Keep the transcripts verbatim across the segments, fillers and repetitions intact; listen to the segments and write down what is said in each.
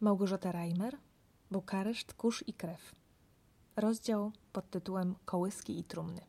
Małgorzata Reimer, Bukareszt, kurz i krew. Rozdział pod tytułem Kołyski i trumny.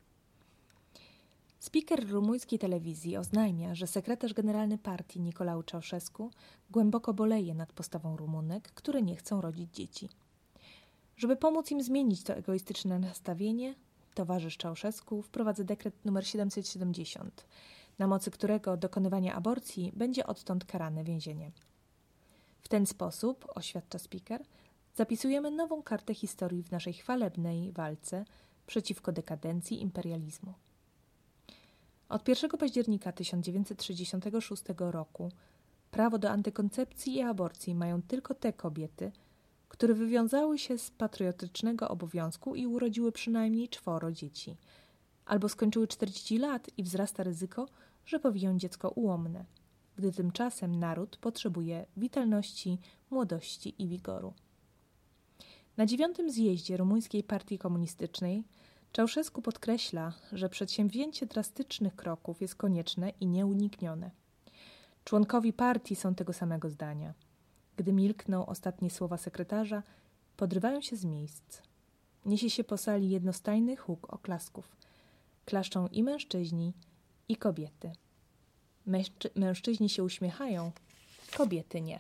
Spiker rumuńskiej telewizji oznajmia, że sekretarz generalny partii Nicolae Ceausescu głęboko boleje nad postawą Rumunek, które nie chcą rodzić dzieci. Żeby pomóc im zmienić to egoistyczne nastawienie, towarzysz Ceausescu wprowadza dekret nr siedemset siedemdziesiąt, na mocy którego dokonywanie aborcji będzie odtąd karane więzieniem. W ten sposób, oświadcza Spiker, zapisujemy nową kartę historii w naszej chwalebnej walce przeciwko dekadencji imperializmu. Od pierwszego października tysiąc dziewięćset sześćdziesiątego szóstego roku prawo do antykoncepcji i aborcji mają tylko te kobiety, które wywiązały się z patriotycznego obowiązku i urodziły przynajmniej czworo dzieci, albo skończyły czterdzieści lat i wzrasta ryzyko, że powiją dziecko ułomne, gdy tymczasem naród potrzebuje witalności, młodości i wigoru. Na dziewiątym zjeździe Rumuńskiej Partii Komunistycznej Ceausescu podkreśla, że przedsięwzięcie drastycznych kroków jest konieczne i nieuniknione. Członkowie partii są tego samego zdania. Gdy milkną ostatnie słowa sekretarza, podrywają się z miejsc. Niesie się po sali jednostajny huk oklasków. Klaszczą i mężczyźni, i kobiety. Mężczy- mężczyźni się uśmiechają, kobiety nie.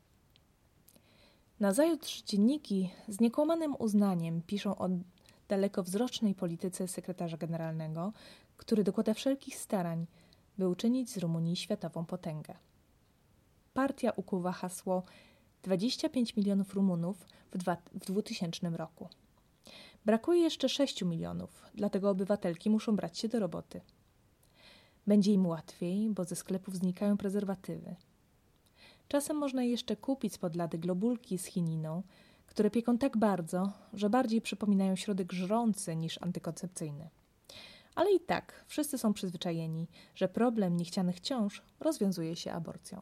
Nazajutrz dzienniki z niekłamanym uznaniem piszą o dalekowzrocznej polityce sekretarza generalnego, który dokłada wszelkich starań, by uczynić z Rumunii światową potęgę. Partia ukuwa hasło dwadzieścia pięć milionów Rumunów w, dwa, w dwutysięcznym roku. Brakuje jeszcze sześciu milionów, dlatego obywatelki muszą brać się do roboty. Będzie im łatwiej, bo ze sklepów znikają prezerwatywy. Czasem można jeszcze kupić spod lady globulki z chininą, które pieką tak bardzo, że bardziej przypominają środek żrący niż antykoncepcyjny. Ale i tak wszyscy są przyzwyczajeni, że problem niechcianych ciąż rozwiązuje się aborcją.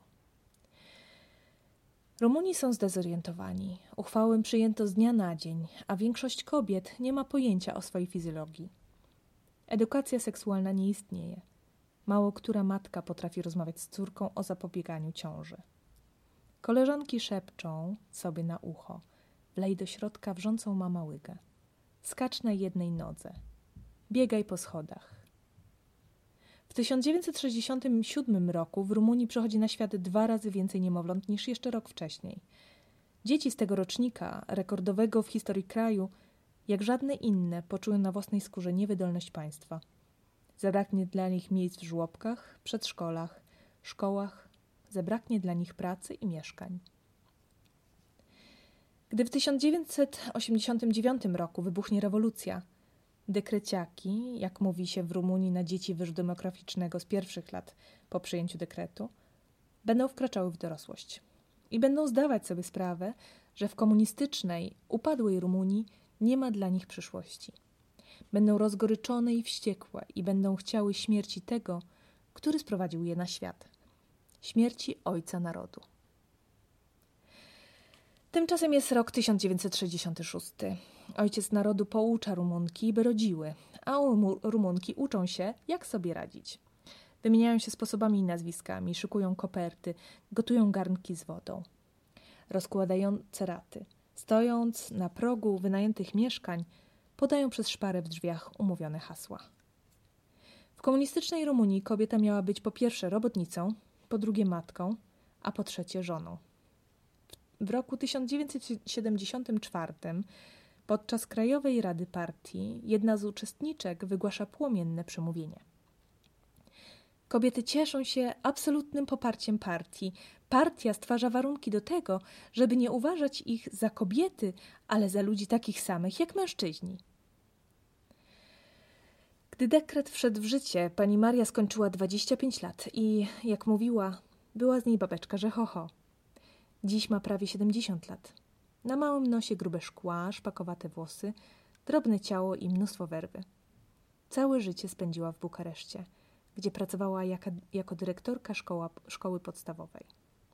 Rumuni są zdezorientowani. Uchwałę przyjęto z dnia na dzień, a większość kobiet nie ma pojęcia o swojej fizjologii. Edukacja seksualna nie istnieje. Mało która matka potrafi rozmawiać z córką o zapobieganiu ciąży. Koleżanki szepczą sobie na ucho: wlej do środka wrzącą mama łygę. Skacz na jednej nodze. Biegaj po schodach. W tysiąc dziewięćset sześćdziesiątym siódmym roku w Rumunii przychodzi na świat dwa razy więcej niemowląt niż jeszcze rok wcześniej. Dzieci z tego rocznika, rekordowego w historii kraju, jak żadne inne, poczuły na własnej skórze niewydolność państwa. Zabraknie dla nich miejsc w żłobkach, przedszkolach, szkołach, zabraknie dla nich pracy i mieszkań. Gdy w tysiąc dziewięćset osiemdziesiątym dziewiątym roku wybuchnie rewolucja, dekreciaki, jak mówi się w Rumunii na dzieci wyżu demograficznego z pierwszych lat po przyjęciu dekretu, będą wkraczały w dorosłość i będą zdawać sobie sprawę, że w komunistycznej, upadłej Rumunii nie ma dla nich przyszłości. Będą rozgoryczone i wściekłe i będą chciały śmierci tego, który sprowadził je na świat. Śmierci ojca narodu. Tymczasem jest rok tysiąc dziewięćset sześćdziesiąty szósty. Ojciec narodu poucza Rumunki, by rodziły, a Rumunki uczą się, jak sobie radzić. Wymieniają się sposobami i nazwiskami, szykują koperty, gotują garnki z wodą. Rozkładają ceraty. Stojąc na progu wynajętych mieszkań, podają przez szparę w drzwiach umówione hasła. W komunistycznej Rumunii kobieta miała być po pierwsze robotnicą, po drugie matką, a po trzecie żoną. W roku tysiąc dziewięćset siedemdziesiątym czwartym podczas Krajowej Rady Partii jedna z uczestniczek wygłasza płomienne przemówienie. Kobiety cieszą się absolutnym poparciem partii. Partia stwarza warunki do tego, żeby nie uważać ich za kobiety, ale za ludzi takich samych jak mężczyźni. Gdy dekret wszedł w życie, pani Maria skończyła dwadzieścia pięć lat i, jak mówiła, była z niej babeczka, że ho, ho. Dziś ma prawie siedemdziesiąt lat. Na małym nosie grube szkła, szpakowate włosy, drobne ciało i mnóstwo werwy. Całe życie spędziła w Bukareszcie, gdzie pracowała jaka, jako dyrektorka szkoła, szkoły podstawowej.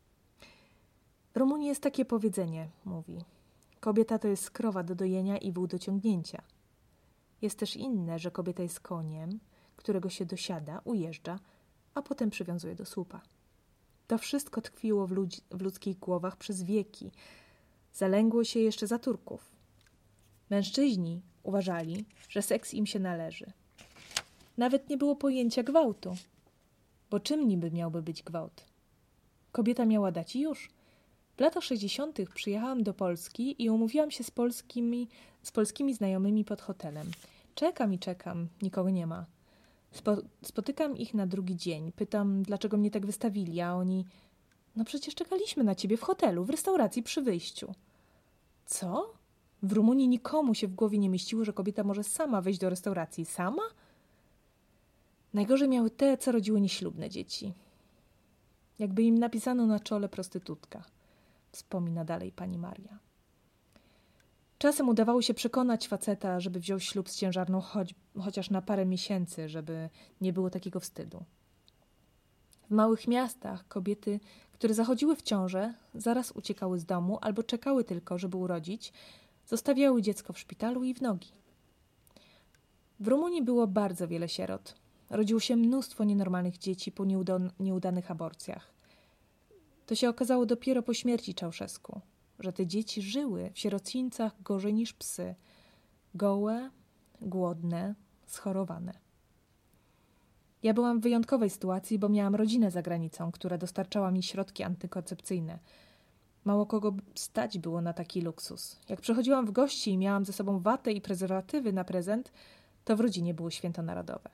W Rumunii jest takie powiedzenie, mówi: kobieta to jest krowa do dojenia i wół do ciągnięcia. Jest też inne, że kobieta jest koniem, którego się dosiada, ujeżdża, a potem przywiązuje do słupa. To wszystko tkwiło w, ludzi, w ludzkich głowach przez wieki. Zalęgło się jeszcze za Turków. Mężczyźni uważali, że seks im się należy. Nawet nie było pojęcia gwałtu. Bo czym niby miałby być gwałt? Kobieta miała dać i już. W latach sześćdziesiątych przyjechałam do Polski i umówiłam się z polskimi, z polskimi znajomymi pod hotelem. Czekam i czekam, nikogo nie ma. Spo, spotykam ich na drugi dzień. Pytam, dlaczego mnie tak wystawili, a oni... No przecież czekaliśmy na ciebie w hotelu, w restauracji przy wyjściu. Co? W Rumunii nikomu się w głowie nie mieściło, że kobieta może sama wejść do restauracji. Sama? Najgorzej miały te, co rodziły nieślubne dzieci. Jakby im napisano na czole prostytutka. Wspomina dalej pani Maria. Czasem udawało się przekonać faceta, żeby wziął ślub z ciężarną choć, chociaż na parę miesięcy, żeby nie było takiego wstydu. W małych miastach kobiety, które zachodziły w ciążę, zaraz uciekały z domu albo czekały tylko, żeby urodzić, zostawiały dziecko w szpitalu i w nogi. W Rumunii było bardzo wiele sierot. Rodziło się mnóstwo nienormalnych dzieci po nieuda- nieudanych aborcjach. To się okazało dopiero po śmierci Ceausescu, że te dzieci żyły w sierocińcach gorzej niż psy. Gołe, głodne, schorowane. Ja byłam w wyjątkowej sytuacji, bo miałam rodzinę za granicą, która dostarczała mi środki antykoncepcyjne. Mało kogo stać było na taki luksus. Jak przychodziłam w gości i miałam ze sobą watę i prezerwatywy na prezent, to w rodzinie było święto narodowe.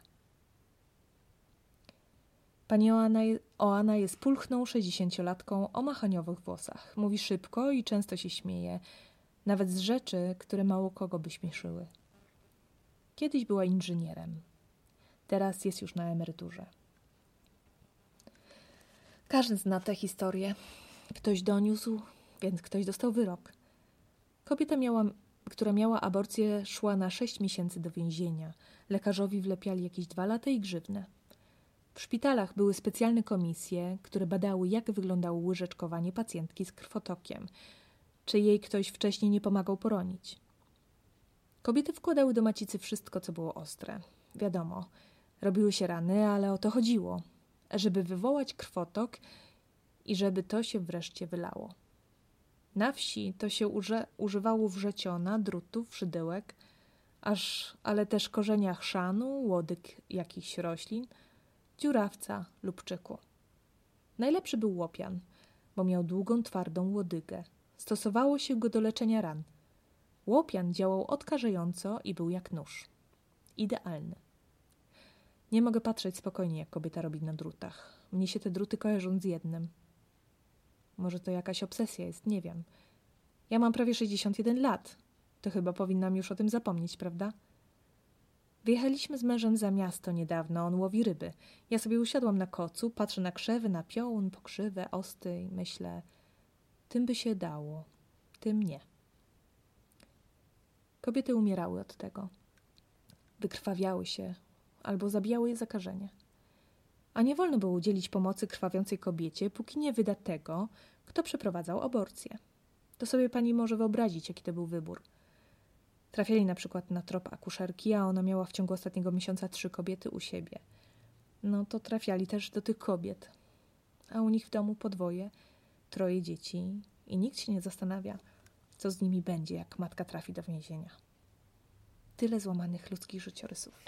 Pani Oana, Oana jest pulchną sześćdziesięciolatką o machaniowych włosach. Mówi szybko i często się śmieje, nawet z rzeczy, które mało kogo by śmieszyły. Kiedyś była inżynierem. Teraz jest już na emeryturze. Każdy zna tę historię. Ktoś doniósł, więc ktoś dostał wyrok. Kobieta, miała, która miała aborcję, szła na sześć miesięcy do więzienia. Lekarzowi wlepiali jakieś dwa lata i grzywnę. W szpitalach były specjalne komisje, które badały, jak wyglądało łyżeczkowanie pacjentki z krwotokiem, czy jej ktoś wcześniej nie pomagał poronić. Kobiety wkładały do macicy wszystko, co było ostre. Wiadomo, robiły się rany, ale o to chodziło, żeby wywołać krwotok i żeby to się wreszcie wylało. Na wsi to się uże, używało wrzeciona, drutów, szydełek, aż, ale też korzenia chrzanu, łodyg jakichś roślin, dziurawca lub czyku. Najlepszy był łopian, bo miał długą, twardą łodygę. Stosowało się go do leczenia ran. Łopian działał odkażająco i był jak nóż. Idealny. Nie mogę patrzeć spokojnie, jak kobieta robi na drutach. Mnie się te druty kojarzą z jednym. Może to jakaś obsesja jest, nie wiem. Ja mam prawie sześćdziesiąt jeden lat. To chyba powinnam już o tym zapomnieć, prawda? Wyjechaliśmy z mężem za miasto niedawno, on łowi ryby. Ja sobie usiadłam na kocu, patrzę na krzewy, na piołun, pokrzywę, osty i myślę, tym by się dało, tym nie. Kobiety umierały od tego. Wykrwawiały się albo zabijały je zakażenie. A nie wolno było udzielić pomocy krwawiącej kobiecie, póki nie wyda tego, kto przeprowadzał aborcję. To sobie pani może wyobrazić, jaki to był wybór. Trafiali na przykład na trop akuszerki, a ona miała w ciągu ostatniego miesiąca trzy kobiety u siebie. No to trafiali też do tych kobiet. A u nich w domu podwoje, troje dzieci i nikt się nie zastanawia, co z nimi będzie, jak matka trafi do więzienia. Tyle złamanych ludzkich życiorysów.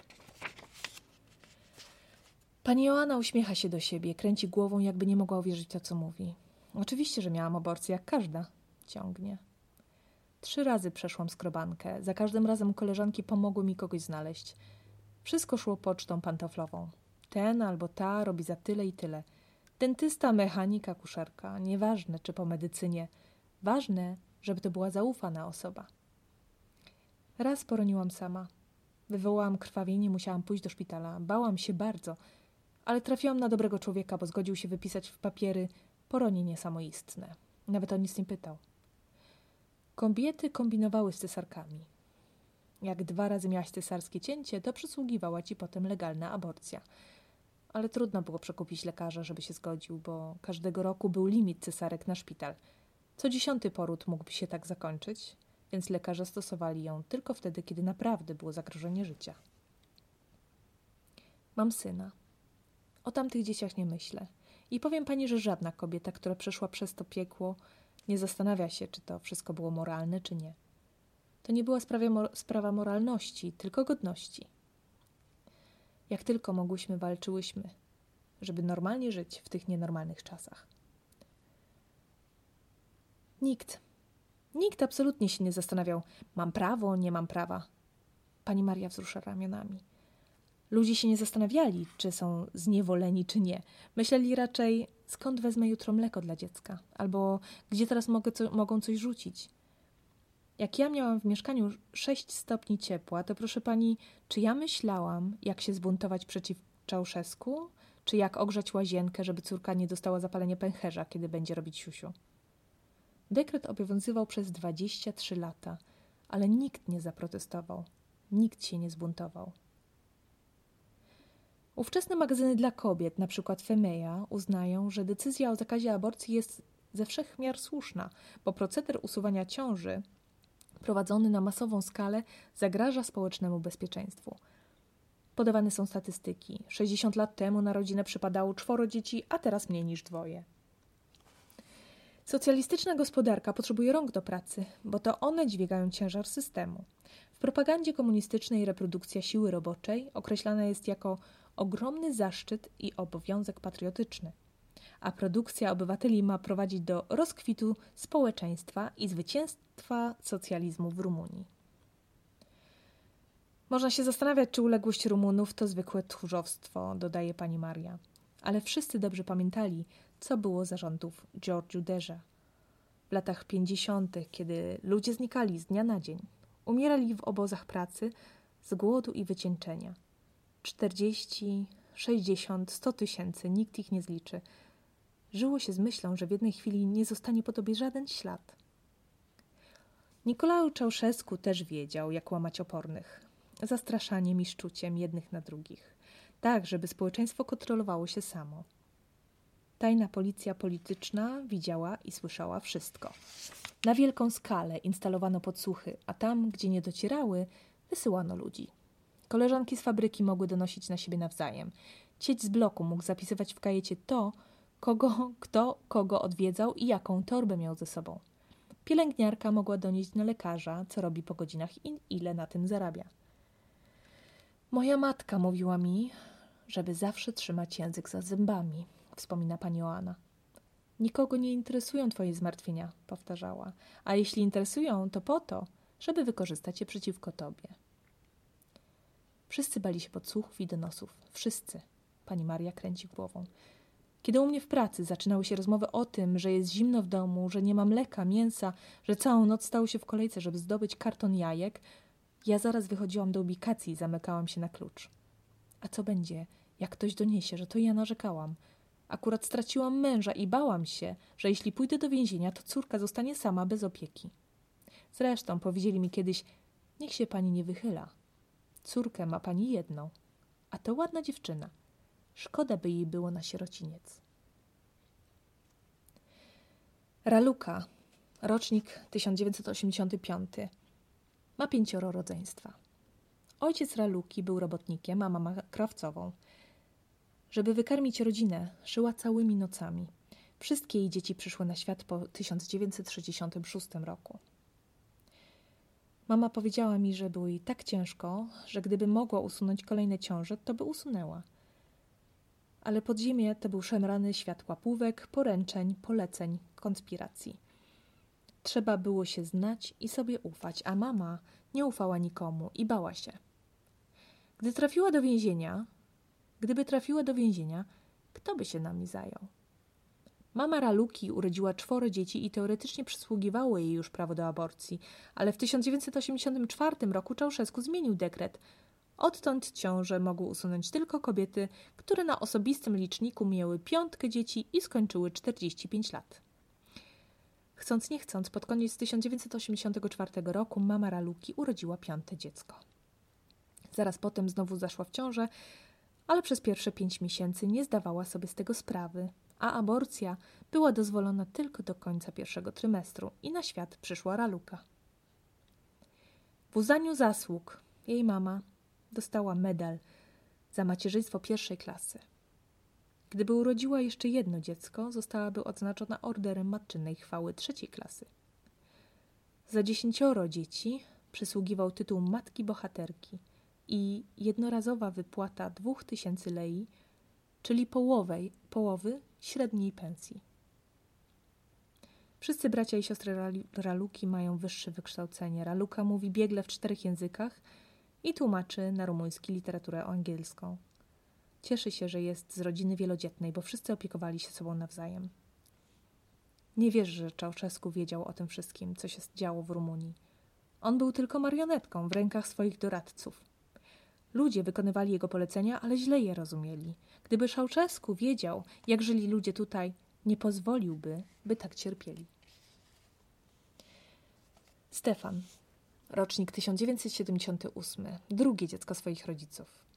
Pani Joanna uśmiecha się do siebie, kręci głową, jakby nie mogła uwierzyć to, co mówi. Oczywiście, że miałam aborcję, jak każda. Ciągnie. Trzy razy przeszłam skrobankę. Za każdym razem koleżanki pomogły mi kogoś znaleźć. Wszystko szło pocztą pantoflową. Ten albo ta robi za tyle i tyle. Dentysta, mechanik, akuszerka. Nieważne, czy po medycynie. Ważne, żeby to była zaufana osoba. Raz poroniłam sama. Wywołałam krwawienie, musiałam pójść do szpitala. Bałam się bardzo, ale trafiłam na dobrego człowieka, bo zgodził się wypisać w papiery poronienie samoistne. Nawet on nic nie pytał. Kobiety kombinowały z cesarkami. Jak dwa razy miałaś cesarskie cięcie, to przysługiwała ci potem legalna aborcja. Ale trudno było przekupić lekarza, żeby się zgodził, bo każdego roku był limit cesarek na szpital. Co dziesiąty poród mógłby się tak zakończyć, więc lekarze stosowali ją tylko wtedy, kiedy naprawdę było zagrożenie życia. Mam syna. O tamtych dzieciach nie myślę. I powiem pani, że żadna kobieta, która przeszła przez to piekło, nie zastanawia się, czy to wszystko było moralne, czy nie. To nie była sprawa, sprawa moralności, tylko godności. Jak tylko mogłyśmy, walczyłyśmy, żeby normalnie żyć w tych nienormalnych czasach. Nikt, nikt absolutnie się nie zastanawiał, mam prawo, nie mam prawa. Pani Maria wzrusza ramionami. Ludzie się nie zastanawiali, czy są zniewoleni, czy nie. Myśleli raczej, skąd wezmę jutro mleko dla dziecka, albo gdzie teraz mogę co, mogą coś rzucić. Jak ja miałam w mieszkaniu sześć stopni ciepła, to proszę pani, czy ja myślałam, jak się zbuntować przeciw Czałszewsku, czy jak ogrzać łazienkę, żeby córka nie dostała zapalenia pęcherza, kiedy będzie robić siusiu. Dekret obowiązywał przez dwadzieścia trzy lata, ale nikt nie zaprotestował, nikt się nie zbuntował. Ówczesne magazyny dla kobiet, na przykład Femeja, uznają, że decyzja o zakazie aborcji jest ze wszech miar słuszna, bo proceder usuwania ciąży prowadzony na masową skalę zagraża społecznemu bezpieczeństwu. Podawane są statystyki. sześćdziesiąt lat temu na rodzinę przypadało czworo dzieci, a teraz mniej niż dwoje. Socjalistyczna gospodarka potrzebuje rąk do pracy, bo to one dźwigają ciężar systemu. W propagandzie komunistycznej reprodukcja siły roboczej określana jest jako ogromny zaszczyt i obowiązek patriotyczny, a produkcja obywateli ma prowadzić do rozkwitu społeczeństwa i zwycięstwa socjalizmu w Rumunii. Można się zastanawiać, czy uległość Rumunów to zwykłe tchórzostwo, dodaje pani Maria, ale wszyscy dobrze pamiętali, co było za rządów George'u Derza. W latach pięćdziesiątych, kiedy ludzie znikali z dnia na dzień, umierali w obozach pracy z głodu i wycieńczenia. czterdzieści, sześćdziesiąt, sto tysięcy, nikt ich nie zliczy. Żyło się z myślą, że w jednej chwili nie zostanie po tobie żaden ślad. Nicolau Ceausescu też wiedział, jak łamać opornych, zastraszaniem i szczuciem jednych na drugich, tak, żeby społeczeństwo kontrolowało się samo. Tajna policja polityczna widziała i słyszała wszystko. Na wielką skalę instalowano podsłuchy, a tam, gdzie nie docierały, wysyłano ludzi. Koleżanki z fabryki mogły donosić na siebie nawzajem. Cieć z bloku mógł zapisywać w kajecie to, kogo, kto kogo odwiedzał i jaką torbę miał ze sobą. Pielęgniarka mogła donieść na lekarza, co robi po godzinach i ile na tym zarabia. Moja matka mówiła mi, żeby zawsze trzymać język za zębami, wspomina pani Joanna. Nikogo nie interesują twoje zmartwienia, powtarzała, a jeśli interesują, to po to, żeby wykorzystać je przeciwko tobie. Wszyscy bali się podsłuchów i donosów. Wszyscy. Pani Maria kręci głową. Kiedy u mnie w pracy zaczynały się rozmowy o tym, że jest zimno w domu, że nie ma mleka, mięsa, że całą noc stało się w kolejce, żeby zdobyć karton jajek, ja zaraz wychodziłam do ubikacji i zamykałam się na klucz. A co będzie, jak ktoś doniesie, że to ja narzekałam? Akurat straciłam męża i bałam się, że jeśli pójdę do więzienia, to córka zostanie sama bez opieki. Zresztą powiedzieli mi kiedyś, niech się pani nie wychyla. Córkę ma pani jedną, a to ładna dziewczyna. Szkoda by jej było na sierociniec. Raluka, rocznik tysiąc dziewięćset osiemdziesiąty piąty, ma pięcioro rodzeństwa. Ojciec Raluki był robotnikiem, a mama krawcową. Żeby wykarmić rodzinę, szyła całymi nocami. Wszystkie jej dzieci przyszły na świat po tysiąc dziewięćset sześćdziesiątym szóstym roku. Mama powiedziała mi, że było jej tak ciężko, że gdyby mogła usunąć kolejne ciąże, to by usunęła. Ale podziemie to był szemrany świat łapówek, poręczeń, poleceń, konspiracji. Trzeba było się znać i sobie ufać, a mama nie ufała nikomu i bała się. Gdy trafiła do więzienia, gdyby trafiła do więzienia, kto by się nami zajął? Mama Raluki urodziła czworo dzieci i teoretycznie przysługiwało jej już prawo do aborcji, ale w tysiąc dziewięćset osiemdziesiątym czwartym roku Ceausescu zmienił dekret. Odtąd ciążę mogły usunąć tylko kobiety, które na osobistym liczniku miały piątkę dzieci i skończyły czterdzieści pięć lat. Chcąc nie chcąc, pod koniec tysiąc dziewięćset osiemdziesiątego czwartego roku mama Raluki urodziła piąte dziecko. Zaraz potem znowu zaszła w ciążę, ale przez pierwsze pięć miesięcy nie zdawała sobie z tego sprawy, a aborcja była dozwolona tylko do końca pierwszego trymestru i na świat przyszła Raluka. W uznaniu zasług jej mama dostała medal za macierzyństwo pierwszej klasy. Gdyby urodziła jeszcze jedno dziecko, zostałaby odznaczona orderem matczynej chwały trzeciej klasy. Za dziesięcioro dzieci przysługiwał tytuł matki bohaterki i jednorazowa wypłata dwóch tysięcy lei, czyli połowej, połowy średniej pensji. Wszyscy bracia i siostry Raluki mają wyższe wykształcenie. Raluka mówi biegle w czterech językach i tłumaczy na rumuński literaturę angielską. Cieszy się, że jest z rodziny wielodzietnej, bo wszyscy opiekowali się sobą nawzajem. Nie wierzy, że Ceausescu wiedział o tym wszystkim, co się działo w Rumunii. On był tylko marionetką w rękach swoich doradców. Ludzie wykonywali jego polecenia, ale źle je rozumieli. Gdyby Ceausescu wiedział, jak żyli ludzie tutaj, nie pozwoliłby, by tak cierpieli. Stefan, rocznik tysiąc dziewięćset siedemdziesiąty ósmy, drugie dziecko swoich rodziców.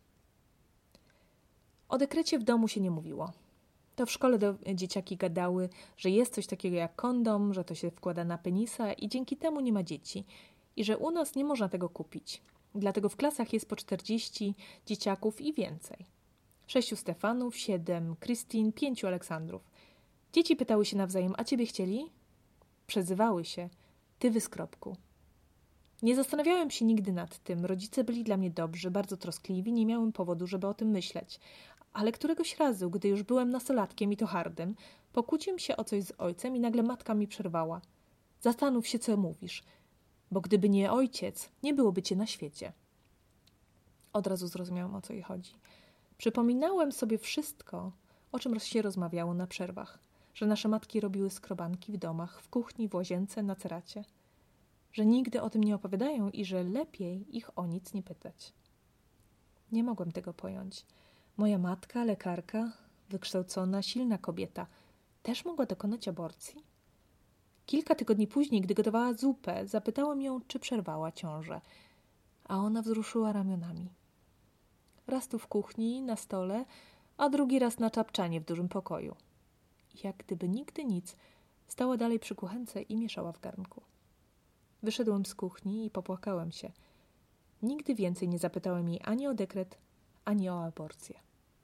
O dekrecie w domu się nie mówiło. To w szkole do, dzieciaki gadały, że jest coś takiego jak kondom, że to się wkłada na penisa i dzięki temu nie ma dzieci i że u nas nie można tego kupić. Dlatego w klasach jest po czterdzieści dzieciaków i więcej. Sześciu Stefanów, siedem Krystyn, pięciu Aleksandrów. Dzieci pytały się nawzajem, a ciebie chcieli? Przezywały się, ty wyskropku. Nie zastanawiałem się nigdy nad tym. Rodzice byli dla mnie dobrzy, bardzo troskliwi, nie miałem powodu, żeby o tym myśleć. Ale któregoś razu, gdy już byłem nastolatkiem i to hardym, pokłóciłem się o coś z ojcem i nagle matka mi przerwała. Zastanów się, co mówisz, bo gdyby nie ojciec, nie byłoby cię na świecie. Od razu zrozumiałam, o co jej chodzi. Przypominałem sobie wszystko, o czym się rozmawiało na przerwach. Że nasze matki robiły skrobanki w domach, w kuchni, w łazience, na ceracie. Że nigdy o tym nie opowiadają i że lepiej ich o nic nie pytać. Nie mogłem tego pojąć. Moja matka, lekarka, wykształcona, silna kobieta, też mogła dokonać aborcji? Kilka tygodni później, gdy gotowała zupę, zapytałem ją, czy przerwała ciążę, a ona wzruszyła ramionami. Raz tu w kuchni, na stole, a drugi raz na tapczanie w dużym pokoju. Jak gdyby nigdy nic, stała dalej przy kuchence i mieszała w garnku. Wyszedłem z kuchni i popłakałem się. Nigdy więcej nie zapytałem jej ani o dekret, ani o aborcję.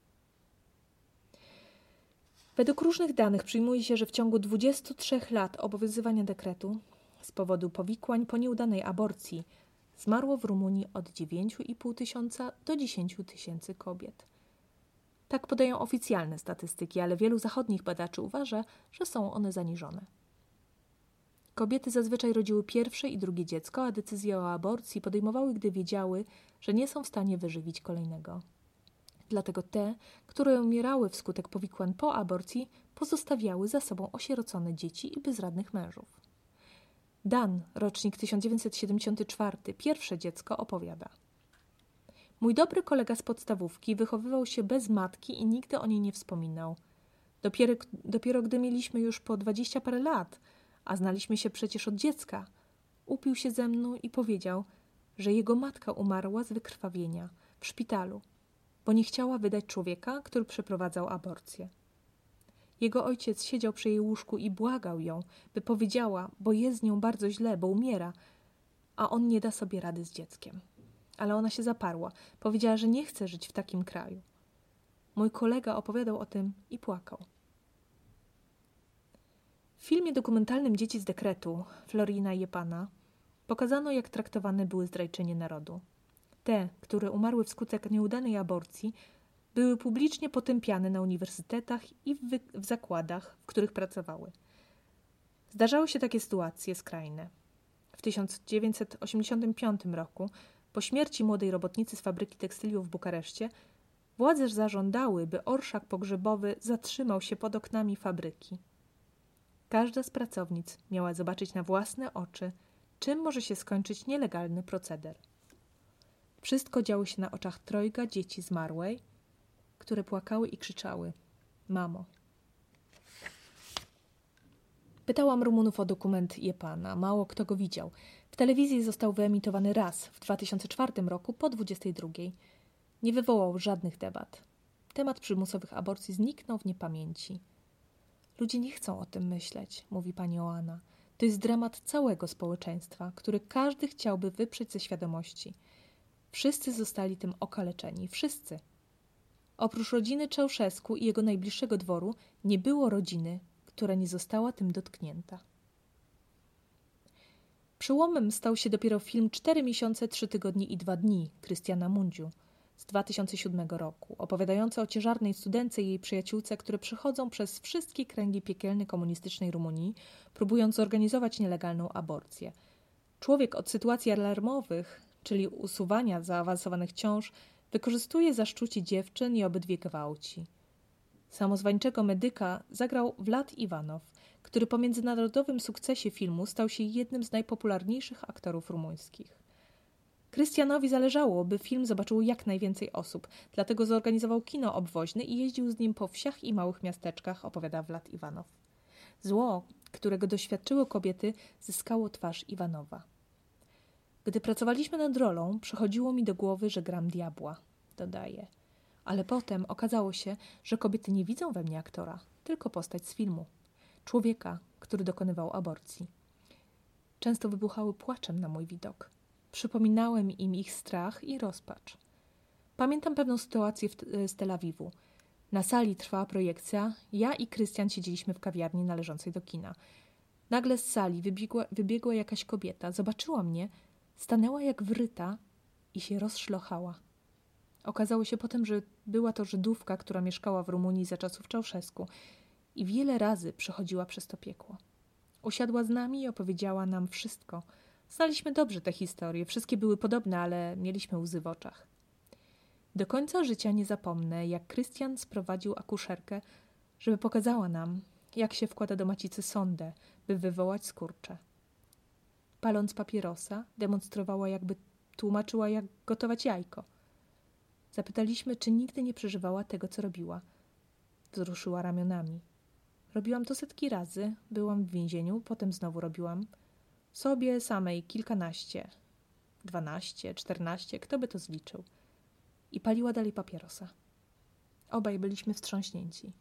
Według różnych danych przyjmuje się, że w ciągu dwudziestu trzech lat obowiązywania dekretu z powodu powikłań po nieudanej aborcji zmarło w Rumunii od dziewięciu i pół tysiąca do dziesięciu tysięcy kobiet. Tak podają oficjalne statystyki, ale wielu zachodnich badaczy uważa, że są one zaniżone. Kobiety zazwyczaj rodziły pierwsze i drugie dziecko, a decyzję o aborcji podejmowały, gdy wiedziały, że nie są w stanie wyżywić kolejnego. Dlatego te, które umierały wskutek powikłań po aborcji, pozostawiały za sobą osierocone dzieci i bezradnych mężów. Dan, rocznik tysiąc dziewięćset siedemdziesiąty czwarty, pierwsze dziecko, opowiada. Mój dobry kolega z podstawówki wychowywał się bez matki i nigdy o niej nie wspominał. Dopiero, dopiero gdy mieliśmy już po dwadzieścia parę lat, a znaliśmy się przecież od dziecka, upił się ze mną i powiedział, że jego matka umarła z wykrwawienia w szpitalu, bo nie chciała wydać człowieka, który przeprowadzał aborcję. Jego ojciec siedział przy jej łóżku i błagał ją, by powiedziała, bo jest z nią bardzo źle, bo umiera, a on nie da sobie rady z dzieckiem. Ale ona się zaparła. Powiedziała, że nie chce żyć w takim kraju. Mój kolega opowiadał o tym i płakał. W filmie dokumentalnym Dzieci z dekretu Florina Jepana pokazano, jak traktowane były zdrajczynie narodu. Te, które umarły wskutek nieudanej aborcji, były publicznie potępiane na uniwersytetach i w, w zakładach, w których pracowały. Zdarzały się takie sytuacje skrajne. W tysiąc dziewięćset osiemdziesiątym piątym roku, po śmierci młodej robotnicy z fabryki tekstyliów w Bukareszcie, władze zażądały, by orszak pogrzebowy zatrzymał się pod oknami fabryki. Każda z pracownic miała zobaczyć na własne oczy, czym może się skończyć nielegalny proceder. Wszystko działo się na oczach trojga dzieci zmarłej, które płakały i krzyczały: mamo. Pytałam Rumunów o dokument Jepana. Mało kto go widział. W telewizji został wyemitowany raz w dwa tysiące czwartym roku po dwudziestej drugiej. Nie wywołał żadnych debat. Temat przymusowych aborcji zniknął w niepamięci. Ludzie nie chcą o tym myśleć, mówi pani Oana. To jest dramat całego społeczeństwa, który każdy chciałby wyprzeć ze świadomości. Wszyscy zostali tym okaleczeni. Wszyscy. Oprócz rodziny Ceausescu i jego najbliższego dworu nie było rodziny, która nie została tym dotknięta. Przełomem stał się dopiero film Cztery miesiące, trzy tygodnie i dwa dni Krystiana Mundziu z dwa tysiące siódmego roku, opowiadający o ciężarnej studence i jej przyjaciółce, które przechodzą przez wszystkie kręgi piekielnej komunistycznej Rumunii, próbując zorganizować nielegalną aborcję. Człowiek od sytuacji alarmowych, czyli usuwania zaawansowanych ciąż, wykorzystuje zaszczucie dziewczyn i obydwie gwałci. Samozwańczego medyka zagrał Vlad Iwanow, który po międzynarodowym sukcesie filmu stał się jednym z najpopularniejszych aktorów rumuńskich. Krystianowi zależało, by film zobaczyło jak najwięcej osób, dlatego zorganizował kino obwoźne i jeździł z nim po wsiach i małych miasteczkach, opowiada Vlad Iwanow. Zło, którego doświadczyły kobiety, zyskało twarz Iwanowa. Gdy pracowaliśmy nad rolą, przychodziło mi do głowy, że gram diabła, dodaje. Ale potem okazało się, że kobiety nie widzą we mnie aktora, tylko postać z filmu. Człowieka, który dokonywał aborcji. Często wybuchały płaczem na mój widok. Przypominałem im ich strach i rozpacz. Pamiętam pewną sytuację w, z Tel Awiwu. Na sali trwała projekcja, ja i Krystian siedzieliśmy w kawiarni należącej do kina. Nagle z sali wybiegła, wybiegła jakaś kobieta, zobaczyła mnie, stanęła jak wryta i się rozszlochała. Okazało się potem, że była to Żydówka, która mieszkała w Rumunii za czasów Ceausescu i wiele razy przechodziła przez to piekło. Usiadła z nami i opowiedziała nam wszystko. Znaliśmy dobrze te historie, wszystkie były podobne, ale mieliśmy łzy w oczach. Do końca życia nie zapomnę, jak Krystian sprowadził akuszerkę, żeby pokazała nam, jak się wkłada do macicy sondę, by wywołać skurcze. Paląc papierosa, demonstrowała, jakby tłumaczyła, jak gotować jajko. Zapytaliśmy, czy nigdy nie przeżywała tego, co robiła. Wzruszyła ramionami. Robiłam to setki razy, byłam w więzieniu, potem znowu robiłam. Sobie samej kilkanaście, dwanaście, czternaście, kto by to zliczył. I paliła dalej papierosa. Obaj byliśmy wstrząśnięci.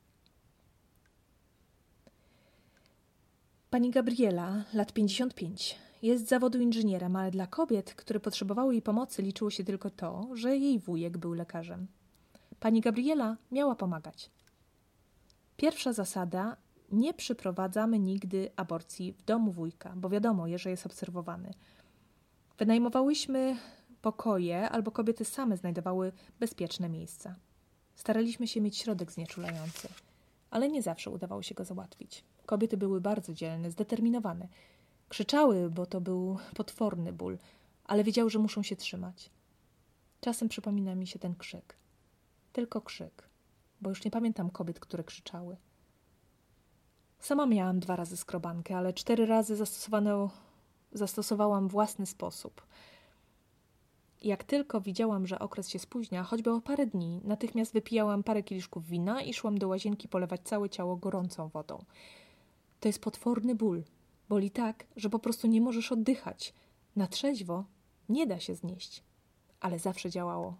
Pani Gabriela, lat pięćdziesiąt pięć, jest z zawodu inżynierem, ale dla kobiet, które potrzebowały jej pomocy, liczyło się tylko to, że jej wujek był lekarzem. Pani Gabriela miała pomagać. Pierwsza zasada: nie przyprowadzamy nigdy aborcji w domu wujka, bo wiadomo, że jest obserwowany. Wynajmowałyśmy pokoje albo kobiety same znajdowały bezpieczne miejsca. Staraliśmy się mieć środek znieczulający, ale nie zawsze udawało się go załatwić. Kobiety były bardzo dzielne, zdeterminowane. Krzyczały, bo to był potworny ból, ale wiedziały, że muszą się trzymać. Czasem przypomina mi się ten krzyk. Tylko krzyk, bo już nie pamiętam kobiet, które krzyczały. Sama miałam dwa razy skrobankę, ale cztery razy zastosowano, zastosowałam własny sposób. Jak tylko widziałam, że okres się spóźnia, choćby o parę dni, natychmiast wypijałam parę kieliszków wina i szłam do łazienki polewać całe ciało gorącą wodą. To jest potworny ból. Boli tak, że po prostu nie możesz oddychać. Na trzeźwo nie da się znieść, ale zawsze działało.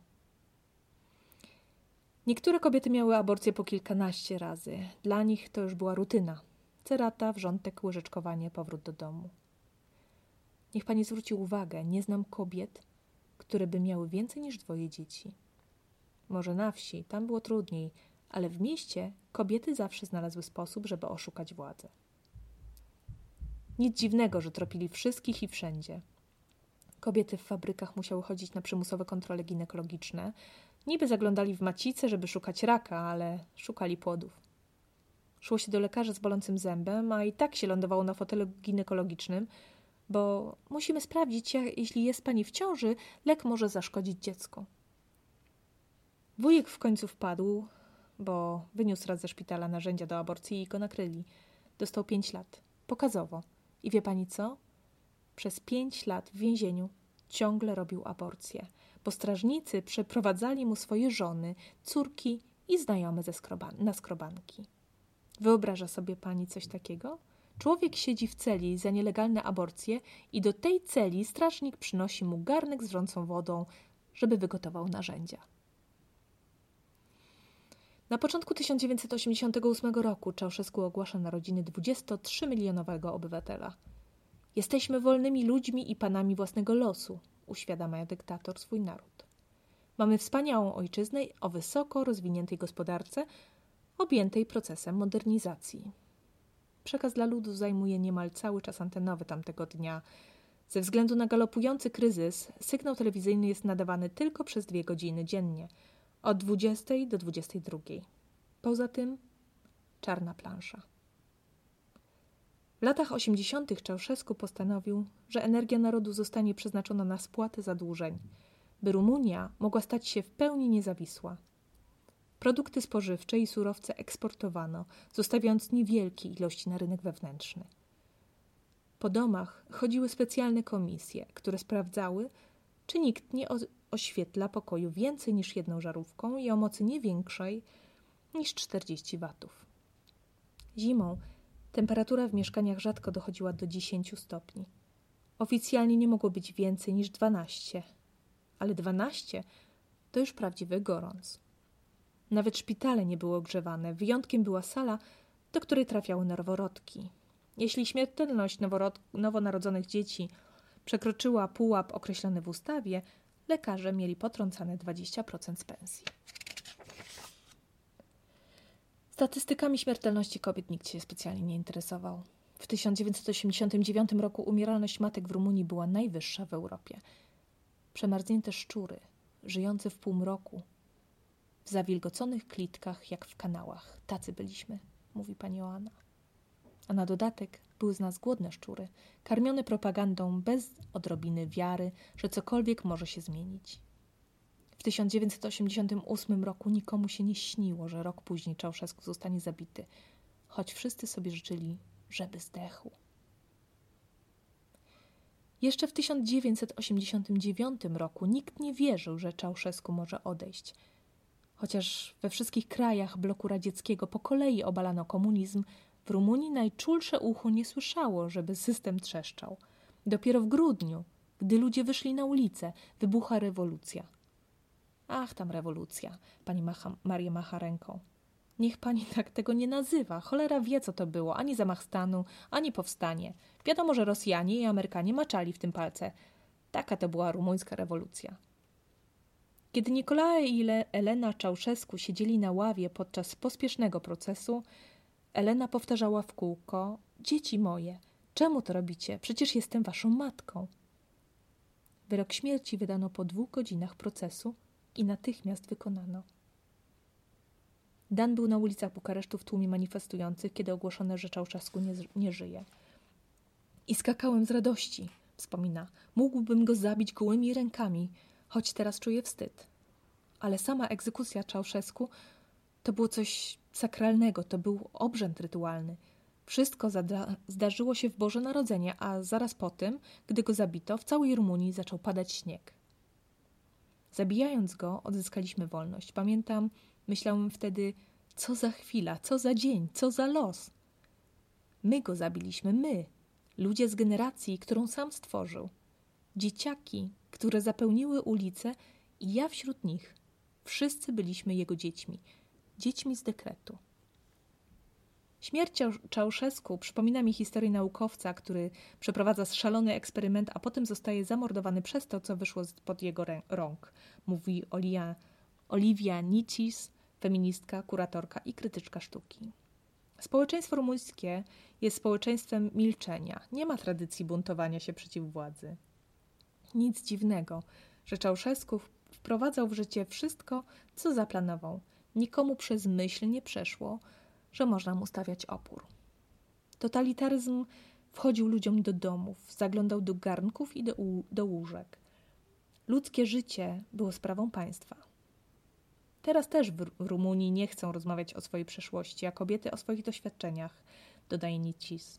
Niektóre kobiety miały aborcję po kilkanaście razy. Dla nich to już była rutyna. Cerata, wrzątek, łyżeczkowanie, powrót do domu. Niech pani zwróci uwagę, nie znam kobiet, które by miały więcej niż dwoje dzieci. Może na wsi, tam było trudniej, ale w mieście kobiety zawsze znalazły sposób, żeby oszukać władzę. Nic dziwnego, że tropili wszystkich i wszędzie. Kobiety w fabrykach musiały chodzić na przymusowe kontrole ginekologiczne. Niby zaglądali w macicę, żeby szukać raka, ale szukali płodów. Szło się do lekarza z bolącym zębem, a i tak się lądowało na fotelu ginekologicznym, bo musimy sprawdzić, jak, jeśli jest pani w ciąży, lek może zaszkodzić dziecku. Wujek w końcu wpadł, bo wyniósł raz ze szpitala narzędzia do aborcji i go nakryli. Dostał pięć lat. Pokazowo. I wie pani co? Przez pięć lat w więzieniu ciągle robił aborcję, bo strażnicy przeprowadzali mu swoje żony, córki i znajome ze skroban- na skrobanki. Wyobraża sobie pani coś takiego? Człowiek siedzi w celi za nielegalne aborcje i do tej celi strażnik przynosi mu garnek z wrzącą wodą, żeby wygotował narzędzia. Na początku tysiąc dziewięćset osiemdziesiątego ósmego roku Ceausescu ogłasza narodziny dwudziestotrzymilionowego obywatela. Jesteśmy wolnymi ludźmi i panami własnego losu, uświadamia dyktator swój naród. Mamy wspaniałą ojczyznę o wysoko rozwiniętej gospodarce, objętej procesem modernizacji. Przekaz dla ludu zajmuje niemal cały czas antenowy tamtego dnia. Ze względu na galopujący kryzys sygnał telewizyjny jest nadawany tylko przez dwie godziny dziennie, od dwudziestej do dwudziestej drugiej. Poza tym czarna plansza. W latach osiemdziesiątych Ceausescu postanowił, że energia narodu zostanie przeznaczona na spłatę zadłużeń, by Rumunia mogła stać się w pełni niezawisła. Produkty spożywcze i surowce eksportowano, zostawiając niewielkie ilości na rynek wewnętrzny. Po domach chodziły specjalne komisje, które sprawdzały, czy nikt nie oświetla pokoju więcej niż jedną żarówką i o mocy nie większej niż czterdzieści watów. Zimą temperatura w mieszkaniach rzadko dochodziła do dziesięciu stopni. Oficjalnie nie mogło być więcej niż dwanaście, ale dwanaście to już prawdziwy gorąc. Nawet szpitale nie były ogrzewane, wyjątkiem była sala, do której trafiały noworodki. Jeśli śmiertelność noworod- nowonarodzonych dzieci przekroczyła pułap określony w ustawie, lekarze mieli potrącane dwadzieścia procent z pensji. Statystykami śmiertelności kobiet nikt się specjalnie nie interesował. W tysiąc dziewięćset osiemdziesiątym dziewiątym roku umieralność matek w Rumunii była najwyższa w Europie. Przemarznięte szczury, żyjące w półmroku, w zawilgoconych klitkach jak w kanałach. Tacy byliśmy, mówi pani Joanna. A na dodatek były z nas głodne szczury, karmione propagandą bez odrobiny wiary, że cokolwiek może się zmienić. W tysiąc dziewięćset osiemdziesiątym ósmym roku nikomu się nie śniło, że rok później Ceausescu zostanie zabity, choć wszyscy sobie życzyli, żeby zdechł. Jeszcze w tysiąc dziewięćset osiemdziesiątym dziewiątym roku nikt nie wierzył, że Ceausescu może odejść. Chociaż we wszystkich krajach bloku radzieckiego po kolei obalano komunizm, w Rumunii najczulsze ucho nie słyszało, żeby system trzeszczał. Dopiero w grudniu, gdy ludzie wyszli na ulicę, wybuchła rewolucja. Ach, tam rewolucja, pani macha, Maria macha ręką. Niech pani tak tego nie nazywa. Cholera wie, co to było. Ani zamach stanu, ani powstanie. Wiadomo, że Rosjanie i Amerykanie maczali w tym palce. Taka to była rumuńska rewolucja. Kiedy Nicolae i Elena Ceausescu siedzieli na ławie podczas pospiesznego procesu, Elena powtarzała w kółko: dzieci moje, czemu to robicie? Przecież jestem waszą matką. Wyrok śmierci wydano po dwóch godzinach procesu i natychmiast wykonano. Dan był na ulicach Bukaresztu w tłumie manifestujących, kiedy ogłoszono, że Ceausescu nie, nie żyje. I skakałem z radości, wspomina. Mógłbym go zabić gołymi rękami, choć teraz czuję wstyd. Ale sama egzekucja Ceausescu to było coś sakralnego, to był obrzęd rytualny. Wszystko zada- zdarzyło się w Boże Narodzenie, a zaraz po tym, gdy go zabito, w całej Rumunii zaczął padać śnieg. Zabijając go, odzyskaliśmy wolność. Pamiętam, myślałem wtedy, co za chwila, co za dzień, co za los. My go zabiliśmy, my, ludzie z generacji, którą sam stworzył. Dzieciaki, które zapełniły ulice i ja wśród nich. Wszyscy byliśmy jego dziećmi, dziećmi z dekretu. Śmierć Ceausescu przypomina mi historię naukowca, który przeprowadza szalony eksperyment, a potem zostaje zamordowany przez to, co wyszło spod jego rąk. Mówi Olia, Olivia Nicis, feministka, kuratorka i krytyczka sztuki. Społeczeństwo rumuńskie jest społeczeństwem milczenia. Nie ma tradycji buntowania się przeciw władzy. Nic dziwnego, że Ceausescu wprowadzał w życie wszystko, co zaplanował. Nikomu przez myśl nie przeszło, że można mu stawiać opór. Totalitaryzm wchodził ludziom do domów, zaglądał do garnków i do, do łóżek. Ludzkie życie było sprawą państwa. Teraz też w Rumunii nie chcą rozmawiać o swojej przeszłości, a kobiety o swoich doświadczeniach, dodaje Nicis.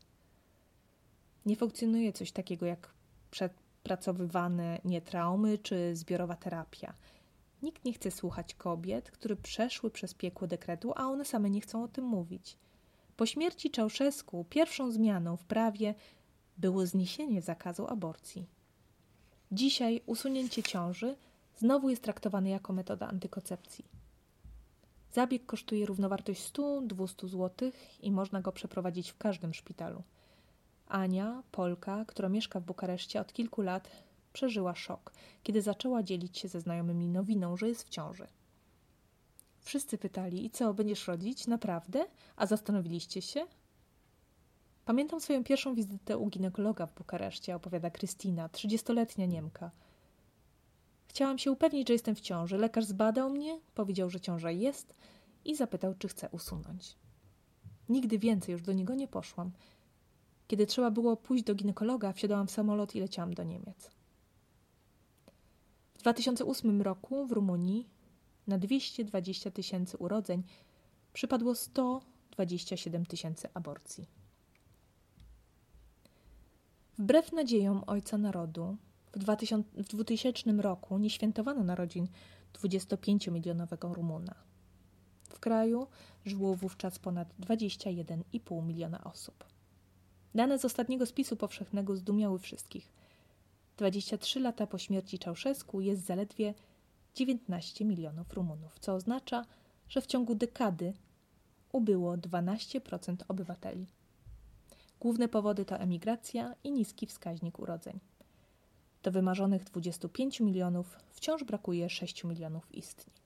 Nie funkcjonuje coś takiego jak przepracowywane nie traumy czy zbiorowa terapia. Nikt nie chce słuchać kobiet, które przeszły przez piekło dekretu, a one same nie chcą o tym mówić. Po śmierci Ceausescu pierwszą zmianą w prawie było zniesienie zakazu aborcji. Dzisiaj usunięcie ciąży znowu jest traktowane jako metoda antykoncepcji. Zabieg kosztuje równowartość sto do dwustu złotych i można go przeprowadzić w każdym szpitalu. Ania, Polka, która mieszka w Bukareszcie od kilku lat, przeżyła szok, kiedy zaczęła dzielić się ze znajomymi nowiną, że jest w ciąży. Wszyscy pytali: i co, będziesz rodzić? Naprawdę? A zastanowiliście się? Pamiętam swoją pierwszą wizytę u ginekologa w Bukareszcie, opowiada Krystyna, trzydziestoletnia Niemka. Chciałam się upewnić, że jestem w ciąży. Lekarz zbadał mnie, powiedział, że ciąża jest i zapytał, czy chcę usunąć. Nigdy więcej już do niego nie poszłam. Kiedy trzeba było pójść do ginekologa, wsiadałam w samolot i leciałam do Niemiec. W dwa tysiące ósmym roku w Rumunii na dwieście dwadzieścia tysięcy urodzeń przypadło sto dwadzieścia siedem tysięcy aborcji. Wbrew nadziejom Ojca Narodu w dwutysięcznym roku nie świętowano narodzin dwudziestopięciomilionowego Rumuna. W kraju żyło wówczas ponad dwadzieścia jeden i pół miliona osób. Dane z ostatniego spisu powszechnego zdumiały wszystkich. dwadzieścia trzy lata po śmierci Ceausescu jest zaledwie dziewiętnaście milionów Rumunów, co oznacza, że w ciągu dekady ubyło dwanaście procent obywateli. Główne powody to emigracja i niski wskaźnik urodzeń. Do wymarzonych dwudziestu pięciu milionów wciąż brakuje sześciu milionów istnień.